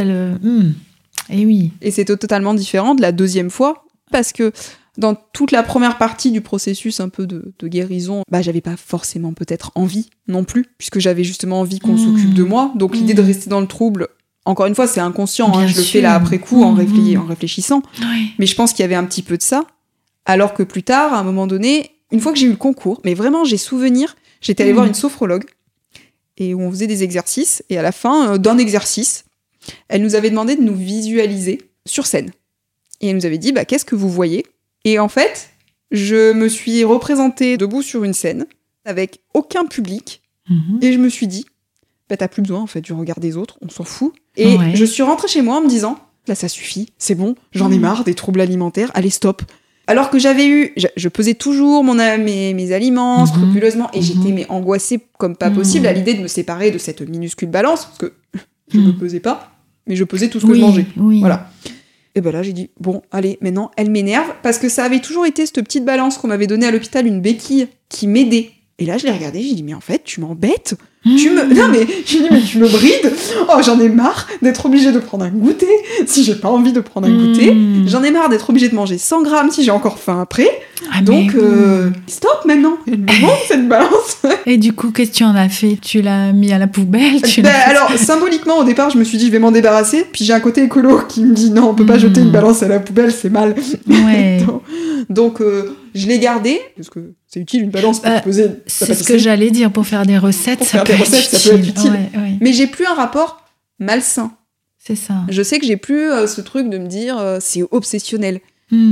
A: Et oui.
B: Et c'était totalement différent de la deuxième fois, parce que dans toute la première partie du processus un peu de guérison, j'avais pas forcément peut-être envie non plus, puisque j'avais justement envie qu'on s'occupe de moi. Donc l'idée de rester dans le trouble, encore une fois, c'est inconscient, je le fais là après coup en réfléchissant.
A: Oui.
B: Mais je pense qu'il y avait un petit peu de ça. Alors que plus tard, à un moment donné, une fois que j'ai eu le concours, mais vraiment j'ai souvenir, j'étais allée voir une sophrologue, et où on faisait des exercices, et à la fin d'un exercice, elle nous avait demandé de nous visualiser sur scène. Et elle nous avait dit, qu'est-ce que vous voyez ? Et en fait, je me suis représentée debout sur une scène, avec aucun public, et je me suis dit, t'as plus besoin en fait du regard des autres, on s'en fout. Et je suis rentrée chez moi en me disant, là ça suffit, c'est bon, j'en ai marre des troubles alimentaires, allez stop. Alors que je pesais toujours mes aliments scrupuleusement, et j'étais angoissée comme pas possible à l'idée de me séparer de cette minuscule balance, parce que je me pesais pas, mais je pesais tout ce que je mangeais. Voilà. Et là, j'ai dit, bon, allez, maintenant, elle m'énerve, parce que ça avait toujours été cette petite balance qu'on m'avait donnée à l'hôpital, une béquille qui m'aidait. Et là, je l'ai regardée, j'ai dit, mais en fait, tu m'embêtes. Non, mais j'ai dit, mais tu me brides. Oh, j'en ai marre d'être obligée de prendre un goûter si j'ai pas envie de prendre un goûter. J'en ai marre d'être obligée de manger 100 grammes si j'ai encore faim après. Donc, stop maintenant. Elle me montre cette balance.
A: Et du coup, qu'est-ce que tu en as fait ? Tu l'as mis à la poubelle ?
B: Alors, symboliquement, au départ, je me suis dit, je vais m'en débarrasser. Puis j'ai un côté écolo qui me dit, non, on peut pas jeter une balance à la poubelle, c'est mal.
A: Ouais.
B: Donc, je l'ai gardée, parce que c'est utile une balance pour peser.
A: C'est ce que j'allais dire, pour faire des recettes, ça peut être utile. Ouais.
B: Mais j'ai plus un rapport malsain.
A: C'est ça.
B: Je sais que j'ai plus ce truc de me dire c'est obsessionnel.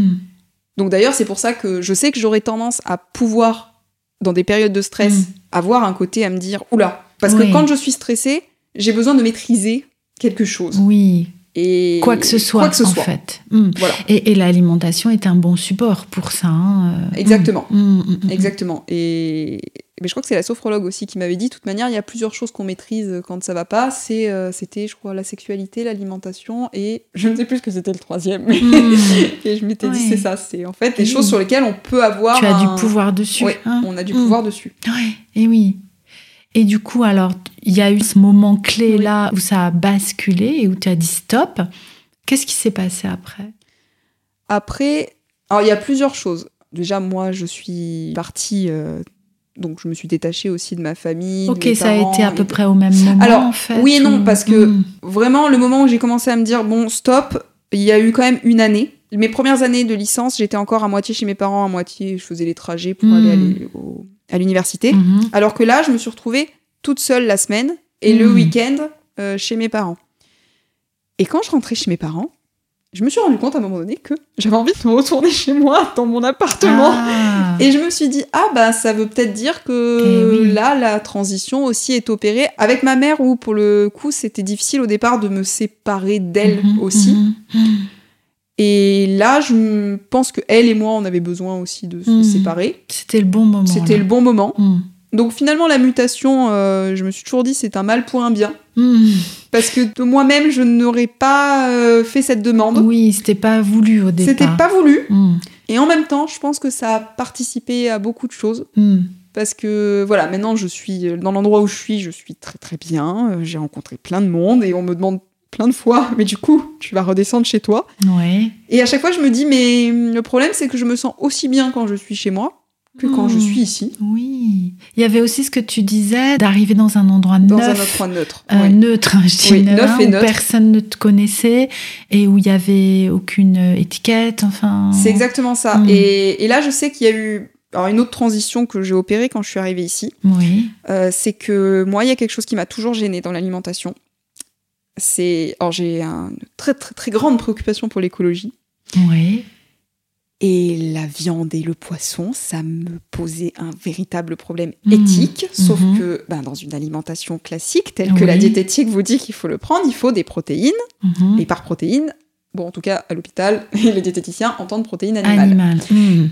B: Donc d'ailleurs, c'est pour ça que je sais que j'aurais tendance à pouvoir, dans des périodes de stress, avoir un côté à me dire oula. Parce que quand je suis stressée, j'ai besoin de maîtriser quelque chose.
A: Oui.
B: Et
A: quoi que ce soit, en fait.
B: Voilà.
A: Et l'alimentation est un bon support pour ça.
B: Exactement. Exactement. Mais je crois que c'est la sophrologue aussi qui m'avait dit, de toute manière, il y a plusieurs choses qu'on maîtrise quand ça va pas. C'était, je crois, la sexualité, l'alimentation, et je ne sais plus ce que c'était le troisième. Et je m'étais dit, c'est ça. C'est en fait des choses sur lesquelles on peut avoir...
A: Tu as du pouvoir dessus.
B: Oui, on a du pouvoir dessus.
A: Oui, et oui. Et du coup, alors, il y a eu ce moment clé-là où ça a basculé et où tu as dit stop. Qu'est-ce qui s'est passé après ?
B: Après, alors il y a plusieurs choses. Déjà, moi, je suis partie... donc, je me suis détachée aussi de ma famille,
A: Ok,
B: de mes
A: ça
B: parents,
A: a été à peu près au même moment,
B: alors,
A: en fait.
B: Oui et non, parce que vraiment, le moment où j'ai commencé à me dire, bon, stop, il y a eu quand même une année. Mes premières années de licence, j'étais encore à moitié chez mes parents, à moitié, je faisais les trajets pour aller à l'université. Alors que là, je me suis retrouvée toute seule la semaine et le week-end chez mes parents. Et quand je rentrais chez mes parents, je me suis rendu compte à un moment donné que j'avais envie de me retourner chez moi, dans mon appartement. Et je me suis dit, ça veut peut-être dire que là, la transition aussi est opérée. Avec ma mère, où pour le coup, c'était difficile au départ de me séparer d'elle aussi. Et là, je pense qu'elle et moi, on avait besoin aussi de se séparer.
A: C'était le bon moment.
B: C'était le bon moment. Donc finalement, la mutation, je me suis toujours dit, c'est un mal pour un bien. Parce que de moi-même, je n'aurais pas fait cette demande.
A: Oui, c'était pas voulu au départ.
B: C'était pas voulu. Et en même temps, je pense que ça a participé à beaucoup de choses. Parce que voilà, maintenant, je suis dans l'endroit où je suis très très bien. J'ai rencontré plein de monde et on me demande plein de fois, mais du coup, tu vas redescendre chez toi.
A: Ouais.
B: Et à chaque fois, je me dis, mais le problème, c'est que je me sens aussi bien quand je suis chez moi que quand je suis ici.
A: Oui. Il y avait aussi ce que tu disais, d'arriver dans un endroit neuf.
B: Dans un endroit neutre.
A: Neutre, je dis
B: neuf et
A: où
B: neutre.
A: Personne ne te connaissait et où il n'y avait aucune étiquette, enfin...
B: C'est exactement ça. Et là, je sais qu'il y a eu... Alors, une autre transition que j'ai opérée quand je suis arrivée ici, c'est que moi, il y a quelque chose qui m'a toujours gênée dans l'alimentation. Alors, j'ai une très, très, très grande préoccupation pour l'écologie.
A: Oui.
B: Et la viande et le poisson, ça me posait un véritable problème éthique. Sauf que dans une alimentation classique, telle que la diététique vous dit qu'il faut le prendre, il faut des protéines. Et par protéines, en tout cas, à l'hôpital, les diététiciens entendent protéines animales.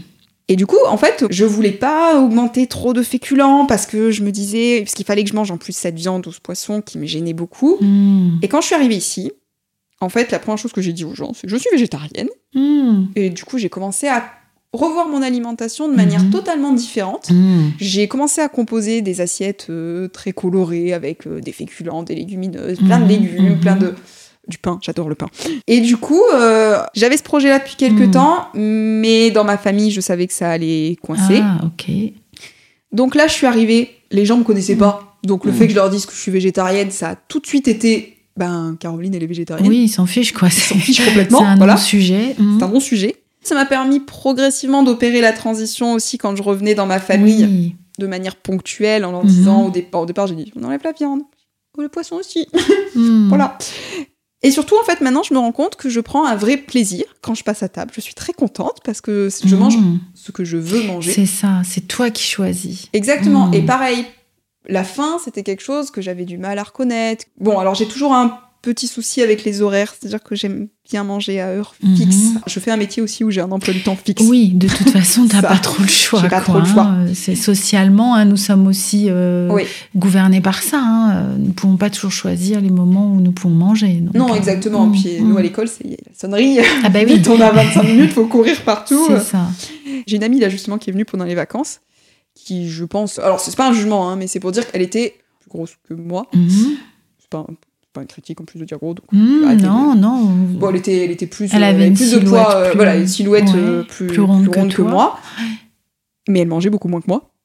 B: Et du coup, en fait, je voulais pas augmenter trop de féculents parce que je me disais, parce qu'il fallait que je mange en plus cette viande ou ce poisson qui me gênait beaucoup. Et quand je suis arrivée ici, en fait, la première chose que j'ai dit aux gens, c'est que je suis végétarienne. Et du coup, j'ai commencé à revoir mon alimentation de manière totalement différente. J'ai commencé à composer des assiettes très colorées avec des féculents, des légumineuses, plein de légumes, du pain, j'adore le pain. Et du coup, j'avais ce projet-là depuis quelques temps, mais dans ma famille, je savais que ça allait coincer.
A: Ah, ok.
B: Donc là, je suis arrivée, les gens me connaissaient pas. Donc le fait que je leur dise que je suis végétarienne, ça a tout de suite été, Caroline, elle est végétarienne.
A: Oui, ils s'en fichent, quoi.
B: Ils s'en fichent complètement.
A: C'est un non-sujet.
B: C'est un bon sujet. Ça m'a permis progressivement d'opérer la transition aussi quand je revenais dans ma famille de manière ponctuelle, en leur disant au départ, j'ai dit, on enlève la viande. Le poisson aussi. Voilà. Et surtout, en fait, maintenant, je me rends compte que je prends un vrai plaisir quand je passe à table. Je suis très contente parce que je mange ce que je veux manger.
A: C'est ça, c'est toi qui choisis.
B: Exactement. Et pareil, la faim, c'était quelque chose que j'avais du mal à reconnaître. Bon, alors j'ai toujours un petit souci avec les horaires, c'est-à-dire que j'aime bien manger à heure fixe. Je fais un métier aussi où j'ai un emploi du temps fixe.
A: Oui, de toute façon, t'as pas trop le choix.
B: J'ai pas trop le choix.
A: C'est socialement, nous sommes aussi gouvernés par ça. Nous ne pouvons pas toujours choisir les moments où nous pouvons manger. Donc,
B: non, exactement. Puis nous, à l'école, c'est la sonnerie.
A: Ah bah oui.
B: On a 25 minutes, faut courir partout.
A: C'est ça.
B: J'ai une amie, là, justement, qui est venue pendant les vacances, qui, je pense... Alors, c'est pas un jugement, mais c'est pour dire qu'elle était plus grosse que moi. C'est pas une critique en plus de dire gros, donc
A: non.
B: Bon, elle était plus,
A: elle avait
B: plus de poids, une silhouette plus ronde que moi, mais elle mangeait beaucoup moins que moi.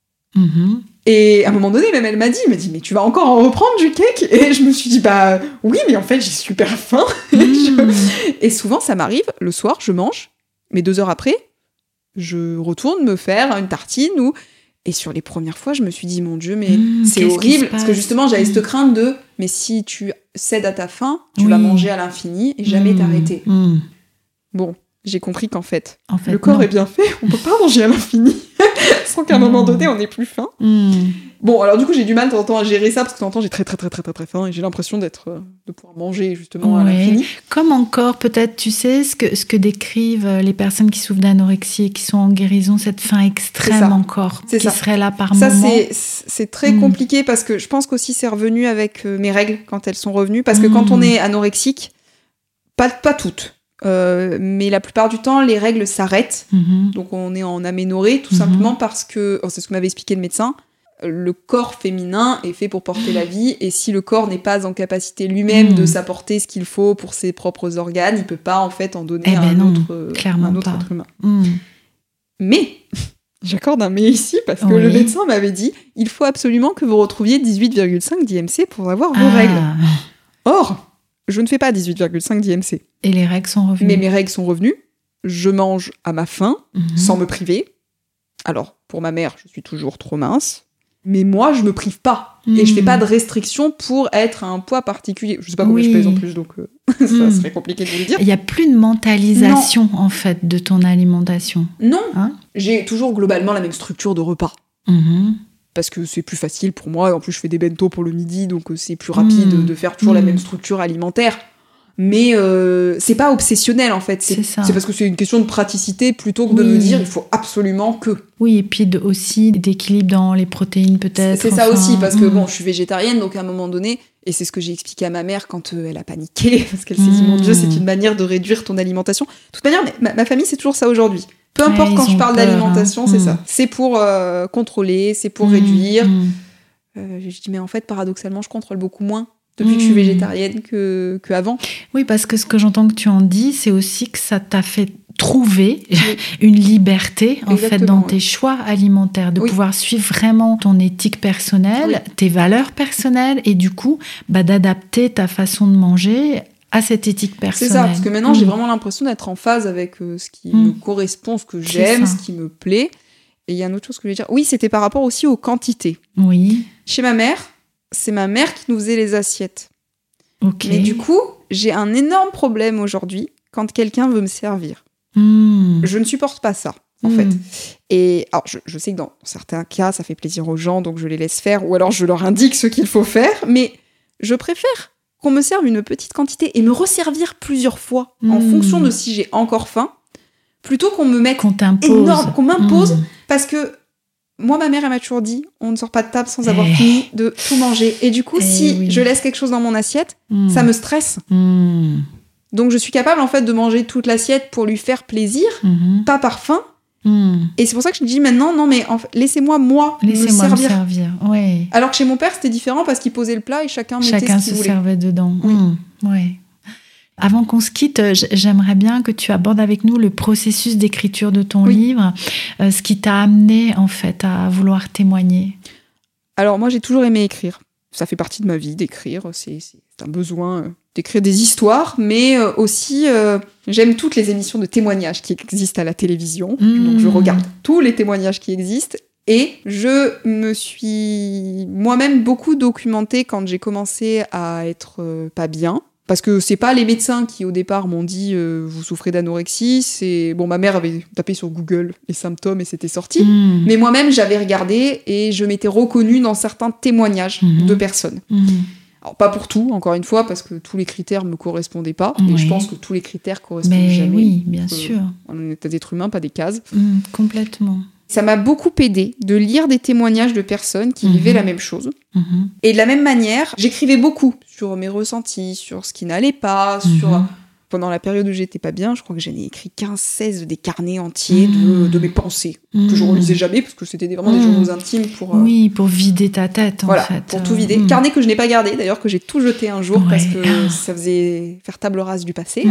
B: Et à un moment donné, même elle m'a dit, mais tu vas encore en reprendre du cake? Et je me suis dit, oui, mais en fait j'ai super faim. Et souvent ça m'arrive, le soir je mange, mais 2 heures après, je retourne me faire une tartine Et sur les premières fois, je me suis dit, mon Dieu, mais c'est horrible. Parce que justement, j'avais cette crainte de, mais si tu cèdes à ta faim, tu vas manger à l'infini et jamais t'arrêter. Bon, j'ai compris qu'en fait, le corps est bien fait, on peut pas manger à l'infini. Sans qu'à un moment donné, on ait plus faim. Bon, alors du coup, j'ai du mal de temps en temps à gérer ça, parce que de temps en temps, j'ai très faim, et j'ai l'impression de pouvoir manger, justement, à l'infini.
A: Comme encore, peut-être, tu sais, ce que décrivent les personnes qui souffrent d'anorexie et qui sont en guérison, cette faim extrême encore, qui serait là par moment.
B: Ça, c'est très compliqué, parce que je pense qu'aussi, c'est revenu avec mes règles, quand elles sont revenues, parce que quand on est anorexique, pas toutes, mais la plupart du temps, les règles s'arrêtent. Donc, on est en aménorrhée, tout simplement parce que, c'est ce que m'avait expliqué le médecin, le corps féminin est fait pour porter la vie, et si le corps n'est pas en capacité lui-même de s'apporter ce qu'il faut pour ses propres organes, il peut pas, en fait, en donner à un autre être humain. Mais, j'accorde un mais ici, parce que le médecin m'avait dit, il faut absolument que vous retrouviez 18,5 d'IMC pour avoir vos règles. Or, je ne fais pas 18,5 d'IMC. Et
A: les règles sont revenues.
B: Mais mes règles sont revenues. Je mange à ma faim, sans me priver. Alors, pour ma mère, je suis toujours trop mince. Mais moi, je me prive pas. Et je fais pas de restrictions pour être à un poids particulier. Je sais pas combien je pèse en plus, donc ça serait compliqué de vous le dire.
A: Il y a plus de mentalisation, en fait, de ton alimentation.
B: Non. J'ai toujours globalement la même structure de repas. Parce que c'est plus facile pour moi. En plus, je fais des bento pour le midi, donc c'est plus rapide de faire toujours la même structure alimentaire. Mais c'est pas obsessionnel, en fait. C'est parce que c'est une question de praticité plutôt que de me dire il faut absolument que.
A: Oui, et puis aussi d'équilibre dans les protéines, peut-être.
B: C'est ça aussi, parce que bon, je suis végétarienne, donc à un moment donné, et c'est ce que j'ai expliqué à ma mère quand elle a paniqué, parce qu'elle s'est dit mon Dieu, c'est une manière de réduire ton alimentation. De toute manière, ma famille, c'est toujours ça aujourd'hui. Peu importe quand je parle d'alimentation, c'est ça. C'est pour contrôler, c'est pour réduire. Je dis, mais en fait, paradoxalement, je contrôle beaucoup moins depuis que je suis végétarienne qu'avant.
A: Oui, parce que ce que j'entends que tu en dis, c'est aussi que ça t'a fait trouver une liberté, en fait, dans tes choix alimentaires, de pouvoir suivre vraiment ton éthique personnelle, tes valeurs personnelles, et du coup, d'adapter ta façon de manger à cette éthique personnelle.
B: C'est ça, parce que maintenant, j'ai vraiment l'impression d'être en phase avec ce qui me correspond, ce que j'aime, ce qui me plaît. Et il y a une autre chose que je voulais dire. Oui, c'était par rapport aussi aux quantités.
A: Oui.
B: Chez ma mère, c'est ma mère qui nous faisait les assiettes.
A: Ok.
B: Mais du coup, j'ai un énorme problème aujourd'hui quand quelqu'un veut me servir. Je ne supporte pas ça, en fait. Et alors, je sais que dans certains cas, ça fait plaisir aux gens, donc je les laisse faire, ou alors je leur indique ce qu'il faut faire, mais je préfère qu'on me serve une petite quantité et me resservir plusieurs fois, en fonction de si j'ai encore faim, plutôt qu'on me mette
A: qu'on t'impose.
B: énorme, qu'on m'impose, parce que moi, ma mère, elle m'a toujours dit, on ne sort pas de table sans avoir fini de tout manger. Et du coup, si je laisse quelque chose dans mon assiette, ça me stresse. Donc, je suis capable, en fait, de manger toute l'assiette pour lui faire plaisir, pas par faim. Et c'est pour ça que je dis maintenant, non, mais laissez-moi me servir.
A: Ouais.
B: Alors que chez mon père, c'était différent parce qu'il posait le plat et chacun mettait ce qu'il voulait.
A: Chacun se servait dedans.
B: Oui.
A: Ouais. Avant qu'on se quitte, j'aimerais bien que tu abordes avec nous le processus d'écriture de ton livre, ce qui t'a amené en fait à vouloir témoigner.
B: Alors moi, j'ai toujours aimé écrire. Ça fait partie de ma vie d'écrire. C'est un besoin d'écrire des histoires, mais aussi j'aime toutes les émissions de témoignages qui existent à la télévision. Donc je regarde tous les témoignages qui existent. Et je me suis moi-même beaucoup documentée quand j'ai commencé à être pas bien. Parce que c'est pas les médecins qui, au départ, m'ont dit vous souffrez d'anorexie. C'est ma mère avait tapé sur Google les symptômes et c'était sorti. Mais moi-même, j'avais regardé et je m'étais reconnue dans certains témoignages de personnes. Alors, pas pour tout, encore une fois, parce que tous les critères me correspondaient pas. Et je pense que tous les critères correspondent jamais.
A: Oui, bien sûr.
B: On est des êtres humains, pas des cases.
A: Complètement.
B: Ça m'a beaucoup aidé de lire des témoignages de personnes qui vivaient la même chose. Et de la même manière, j'écrivais beaucoup sur mes ressentis, sur ce qui n'allait pas, Pendant la période où j'étais pas bien, je crois que j'en ai écrit 15-16 des carnets entiers de mes pensées, que je relisais jamais, parce que c'était vraiment des journaux intimes pour...
A: pour vider ta tête, en fait.
B: Pour tout vider. Carnet que je n'ai pas gardé, d'ailleurs, que j'ai tout jeté un jour, parce que ça faisait faire table rase du passé.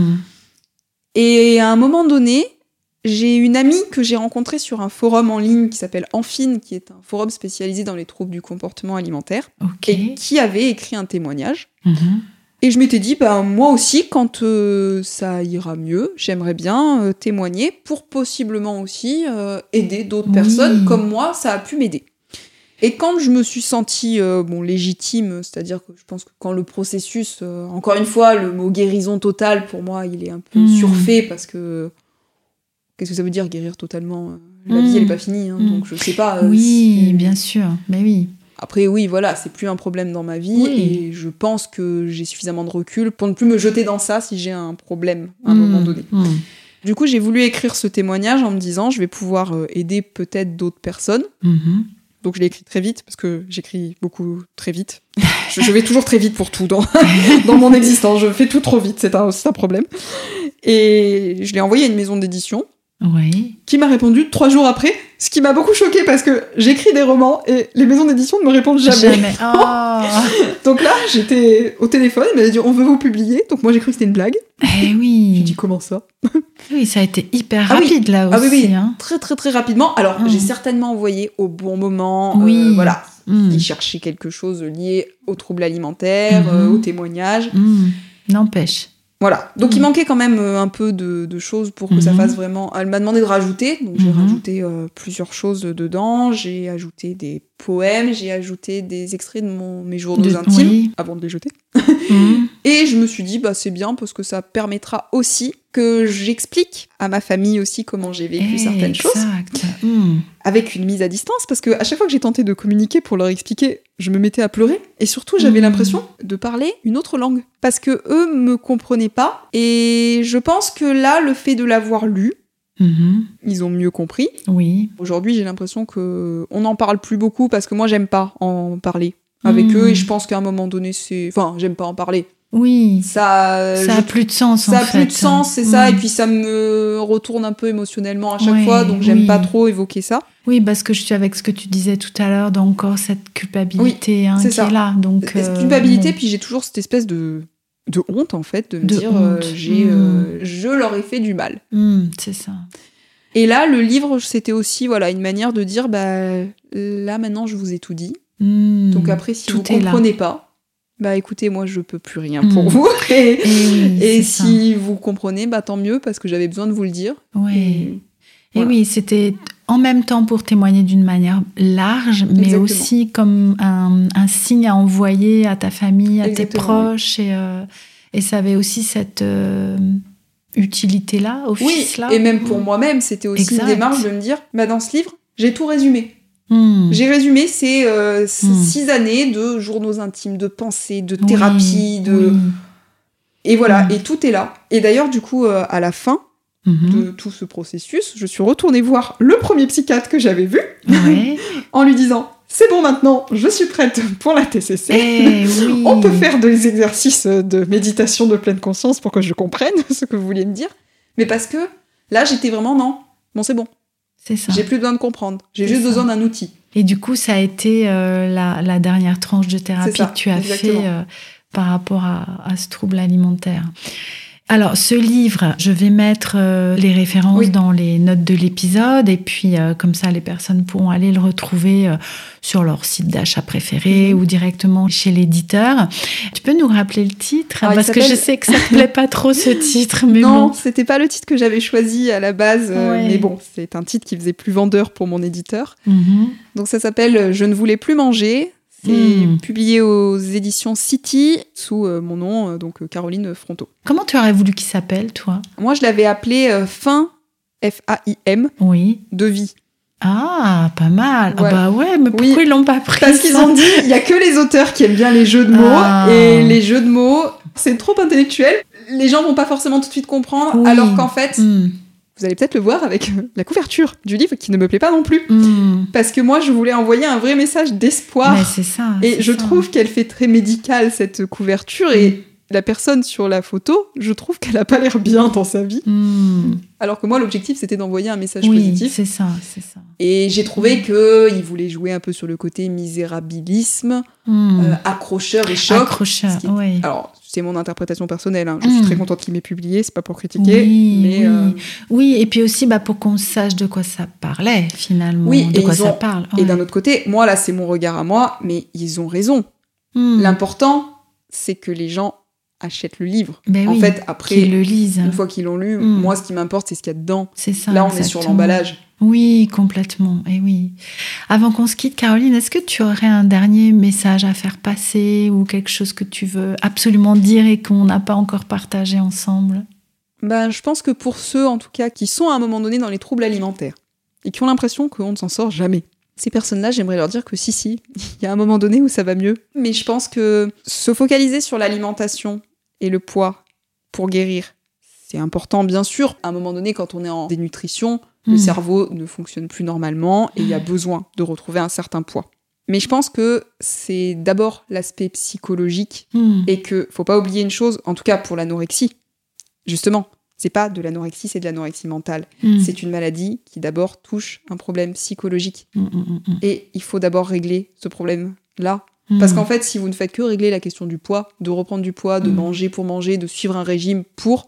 B: Et à un moment donné... J'ai une amie que j'ai rencontrée sur un forum en ligne qui s'appelle Enfin, qui est un forum spécialisé dans les troubles du comportement alimentaire, et qui avait écrit un témoignage. Et je m'étais dit, moi aussi, quand ça ira mieux, j'aimerais bien témoigner pour possiblement aussi aider d'autres personnes, comme moi, ça a pu m'aider. Et quand je me suis sentie légitime, c'est-à-dire que je pense que quand le processus, encore une fois, le mot guérison totale, pour moi, il est un peu surfait, parce que... Qu'est-ce que ça veut dire, guérir totalement ? La vie, elle n'est pas finie, donc je sais pas.
A: Bien sûr, mais oui.
B: Après, oui, voilà, c'est plus un problème dans ma vie, et je pense que j'ai suffisamment de recul pour ne plus me jeter dans ça si j'ai un problème à un moment donné. Du coup, j'ai voulu écrire ce témoignage en me disant, je vais pouvoir aider peut-être d'autres personnes. Donc je l'ai écrit très vite, parce que j'écris beaucoup très vite. Je vais toujours très vite pour tout dans mon existence. Je fais tout trop vite, c'est un problème. Et je l'ai envoyé à une maison d'édition, qui m'a répondu 3 jours après, ce qui m'a beaucoup choquée, parce que j'écris des romans et les maisons d'édition ne me répondent jamais. Donc là, j'étais au téléphone, il m'a dit on veut vous publier. Donc moi j'ai cru que c'était une blague. J'ai dit comment ça ?
A: Oui, ça a été hyper rapide là aussi.
B: Très très très rapidement. Alors j'ai certainement envoyé au bon moment. Voilà. Il cherchait quelque chose lié aux troubles alimentaires, au témoignage.
A: N'empêche.
B: Voilà, donc il manquait quand même un peu de choses pour que ça fasse vraiment... Elle m'a demandé de rajouter, donc j'ai rajouté plusieurs choses dedans, j'ai ajouté des poèmes, j'ai ajouté des extraits de mes journaux intimes, avant de les jeter. Et je me suis dit, c'est bien, parce que ça permettra aussi que j'explique à ma famille aussi comment j'ai vécu certaines choses. Avec une mise à distance, parce qu'à chaque fois que j'ai tenté de communiquer pour leur expliquer, je me mettais à pleurer, et surtout j'avais l'impression de parler une autre langue, parce que eux me comprenaient pas, et je pense que là, le fait de l'avoir lu, ils ont mieux compris. Aujourd'hui, j'ai l'impression que on n'en parle plus beaucoup, parce que moi j'aime pas en parler avec eux, et je pense qu'à un moment donné, j'aime pas en parler. Ça a plus de sens, en fait. Ça a plus de sens, c'est ça, et puis ça me retourne un peu émotionnellement à chaque fois, donc j'aime pas trop évoquer ça.
A: Oui, parce que je suis avec ce que tu disais tout à l'heure, donc encore cette culpabilité qui est là. Donc,
B: cette culpabilité, puis j'ai toujours cette espèce de honte, en fait, de me dire je leur ai fait du mal.
A: C'est ça.
B: Et là, le livre, c'était aussi une manière de dire là, maintenant, je vous ai tout dit. Donc après, si vous comprenez pas, écoutez, moi je peux plus rien pour vous, et si vous comprenez, tant mieux, parce que j'avais besoin de vous le dire. Et oui, c'était en même temps pour témoigner d'une manière large, mais aussi comme un signe à envoyer à ta famille, à tes proches, et ça avait aussi cette utilité-là, office-là. Et même pour moi-même, c'était aussi une démarche de me dire, dans ce livre, j'ai tout résumé. J'ai résumé ces 6 années de journaux intimes, de pensées, de thérapie, et voilà, et tout est là. Et d'ailleurs, du coup, à la fin, de tout ce processus, je suis retournée voir le premier psychiatre que j'avais vu, en lui disant « C'est bon maintenant, je suis prête pour la TCC. On peut faire des exercices de méditation de pleine conscience pour que je comprenne ce que vous vouliez me dire. » Mais parce que là, j'étais vraiment « Non, bon c'est bon.
A: C'est ça.
B: J'ai plus besoin de comprendre. J'ai juste besoin d'un outil. »
A: Et du coup, ça a été la dernière tranche de thérapie que tu as fait par rapport à ce trouble alimentaire. Alors, ce livre, je vais mettre les références dans les notes de l'épisode et puis comme ça, les personnes pourront aller le retrouver sur leur site d'achat préféré ou directement chez l'éditeur. Tu peux nous rappeler le titre ? Parce que je sais que ça ne te plaît pas trop, ce titre. Mais
B: non,
A: bon.
B: C'était pas le titre que j'avais choisi à la base, mais bon, c'est un titre qui faisait plus vendeur pour mon éditeur. Donc ça s'appelle « Je ne voulais plus manger ». C'est publié aux éditions City sous mon nom, donc Caroline Fronto.
A: Comment tu aurais voulu qu'il s'appelle, toi ?
B: Moi, je l'avais appelé Fin, F-A-I-M, de vie.
A: Ah, pas mal. Ouais. Ah bah ouais, mais pourquoi ils l'ont pas pris ?
B: Parce qu'ils ont dit, il y a que les auteurs qui aiment bien les jeux de mots, et les jeux de mots, c'est trop intellectuel. Les gens vont pas forcément tout de suite comprendre, alors qu'en fait... Vous allez peut-être le voir avec la couverture du livre qui ne me plaît pas non plus. Parce que moi, je voulais envoyer un vrai message d'espoir.
A: Mais c'est ça.
B: Et je trouve qu'elle fait très médicale, cette couverture. Et la personne sur la photo, je trouve qu'elle n'a pas l'air bien dans sa vie. Alors que moi, l'objectif, c'était d'envoyer un message positif.
A: Oui, c'est ça.
B: Et j'ai trouvé qu'il voulait jouer un peu sur le côté misérabilisme, accrocheur et choc.
A: Accrocheur, oui.
B: Alors, c'est mon interprétation personnelle. Hein. Je suis très contente qu'il m'ait publié, c'est pas pour critiquer.
A: Oui, et puis aussi pour qu'on sache de quoi ça parlait, finalement. De quoi ça parle.
B: Et d'un autre côté, moi, là, c'est mon regard à moi, mais ils ont raison. L'important, c'est que les gens achètent le livre. En fait, après,
A: qu'ils le lisent.
B: Une fois qu'ils l'ont lu, moi, ce qui m'importe, c'est ce qu'il y a dedans.
A: C'est ça.
B: Là, on est sur l'emballage.
A: Oui, complètement. Et oui. Avant qu'on se quitte, Caroline, est-ce que tu aurais un dernier message à faire passer ou quelque chose que tu veux absolument dire et qu'on n'a pas encore partagé ensemble ?
B: Je pense que pour ceux, en tout cas, qui sont à un moment donné dans les troubles alimentaires et qui ont l'impression qu'on ne s'en sort jamais, ces personnes-là, j'aimerais leur dire que si, il y a un moment donné où ça va mieux. Mais je pense que se focaliser sur l'alimentation et le poids pour guérir, c'est important, bien sûr. À un moment donné, quand on est en dénutrition, le cerveau ne fonctionne plus normalement et il y a besoin de retrouver un certain poids. Mais je pense que c'est d'abord l'aspect psychologique et que faut pas oublier une chose, en tout cas pour l'anorexie, justement, c'est pas de l'anorexie, c'est de l'anorexie mentale. C'est une maladie qui d'abord touche un problème psychologique. Et il faut d'abord régler ce problème-là. Parce qu'en fait, si vous ne faites que régler la question du poids, de reprendre du poids, de manger pour manger, de suivre un régime pour...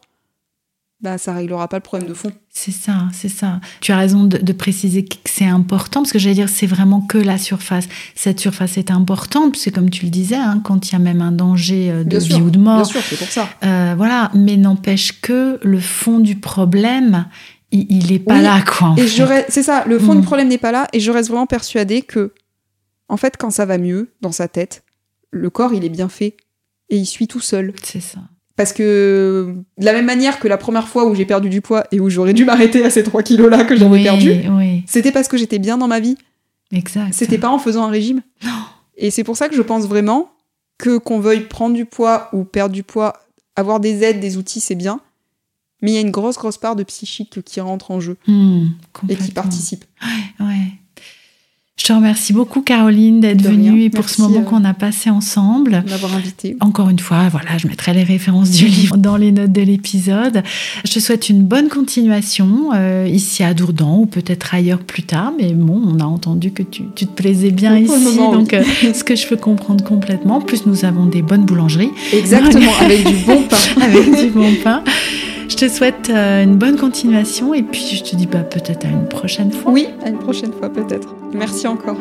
B: ça réglera pas le problème de fond.
A: C'est ça. Tu as raison de préciser que c'est important, parce que j'allais dire, c'est vraiment que la surface. Cette surface est importante, parce que comme tu le disais, quand il y a même un danger de vie ou de mort.
B: Bien sûr, c'est pour ça.
A: Mais n'empêche que le fond du problème, il est pas là, quoi. En fait.
B: C'est ça, le fond du problème n'est pas là, et je reste vraiment persuadée que, en fait, quand ça va mieux, dans sa tête, le corps, il est bien fait, et il suit tout seul.
A: C'est ça.
B: Parce que, de la même manière que la première fois où j'ai perdu du poids et où j'aurais dû m'arrêter à ces 3 kilos-là que j'avais perdu, c'était parce que j'étais bien dans ma vie.
A: Exact.
B: C'était pas en faisant un régime.
A: Non.
B: Et c'est pour ça que je pense vraiment que qu'on veuille prendre du poids ou perdre du poids, avoir des aides, des outils, c'est bien. Mais il y a une grosse part de psychique qui rentre en jeu et qui participe.
A: Ouais. Je te remercie beaucoup, Caroline, d'être venue et pour ce moment qu'on a passé ensemble.
B: De m'avoir invitée.
A: Encore une fois, je mettrai les références du livre dans les notes de l'épisode. Je te souhaite une bonne continuation ici à Dourdan ou peut-être ailleurs plus tard. Mais bon, on a entendu que tu te plaisais bien ici, donc ce que je peux comprendre complètement. En plus, nous avons des bonnes boulangeries.
B: Exactement, avec du bon pain.
A: Avec du bon pain. Je te souhaite une bonne continuation et puis je te dis peut-être à une prochaine fois.
B: Oui, à une prochaine fois peut-être. Merci encore.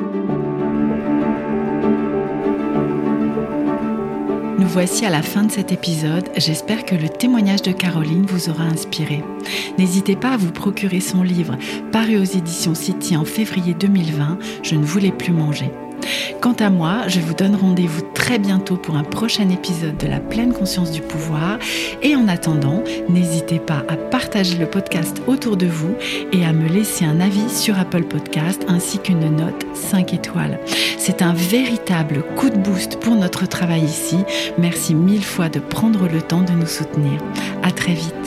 A: Nous voici à la fin de cet épisode. J'espère que le témoignage de Caroline vous aura inspiré. N'hésitez pas à vous procurer son livre, paru aux éditions City en février 2020, « Je ne voulais plus manger ». Quant à moi, je vous donne rendez-vous très bientôt pour un prochain épisode de La Pleine Conscience du Pouvoir. Et en attendant, n'hésitez pas à partager le podcast autour de vous et à me laisser un avis sur Apple Podcast ainsi qu'une note 5 étoiles. C'est un véritable coup de boost pour notre travail ici. Merci 1000 fois de prendre le temps de nous soutenir. À très vite.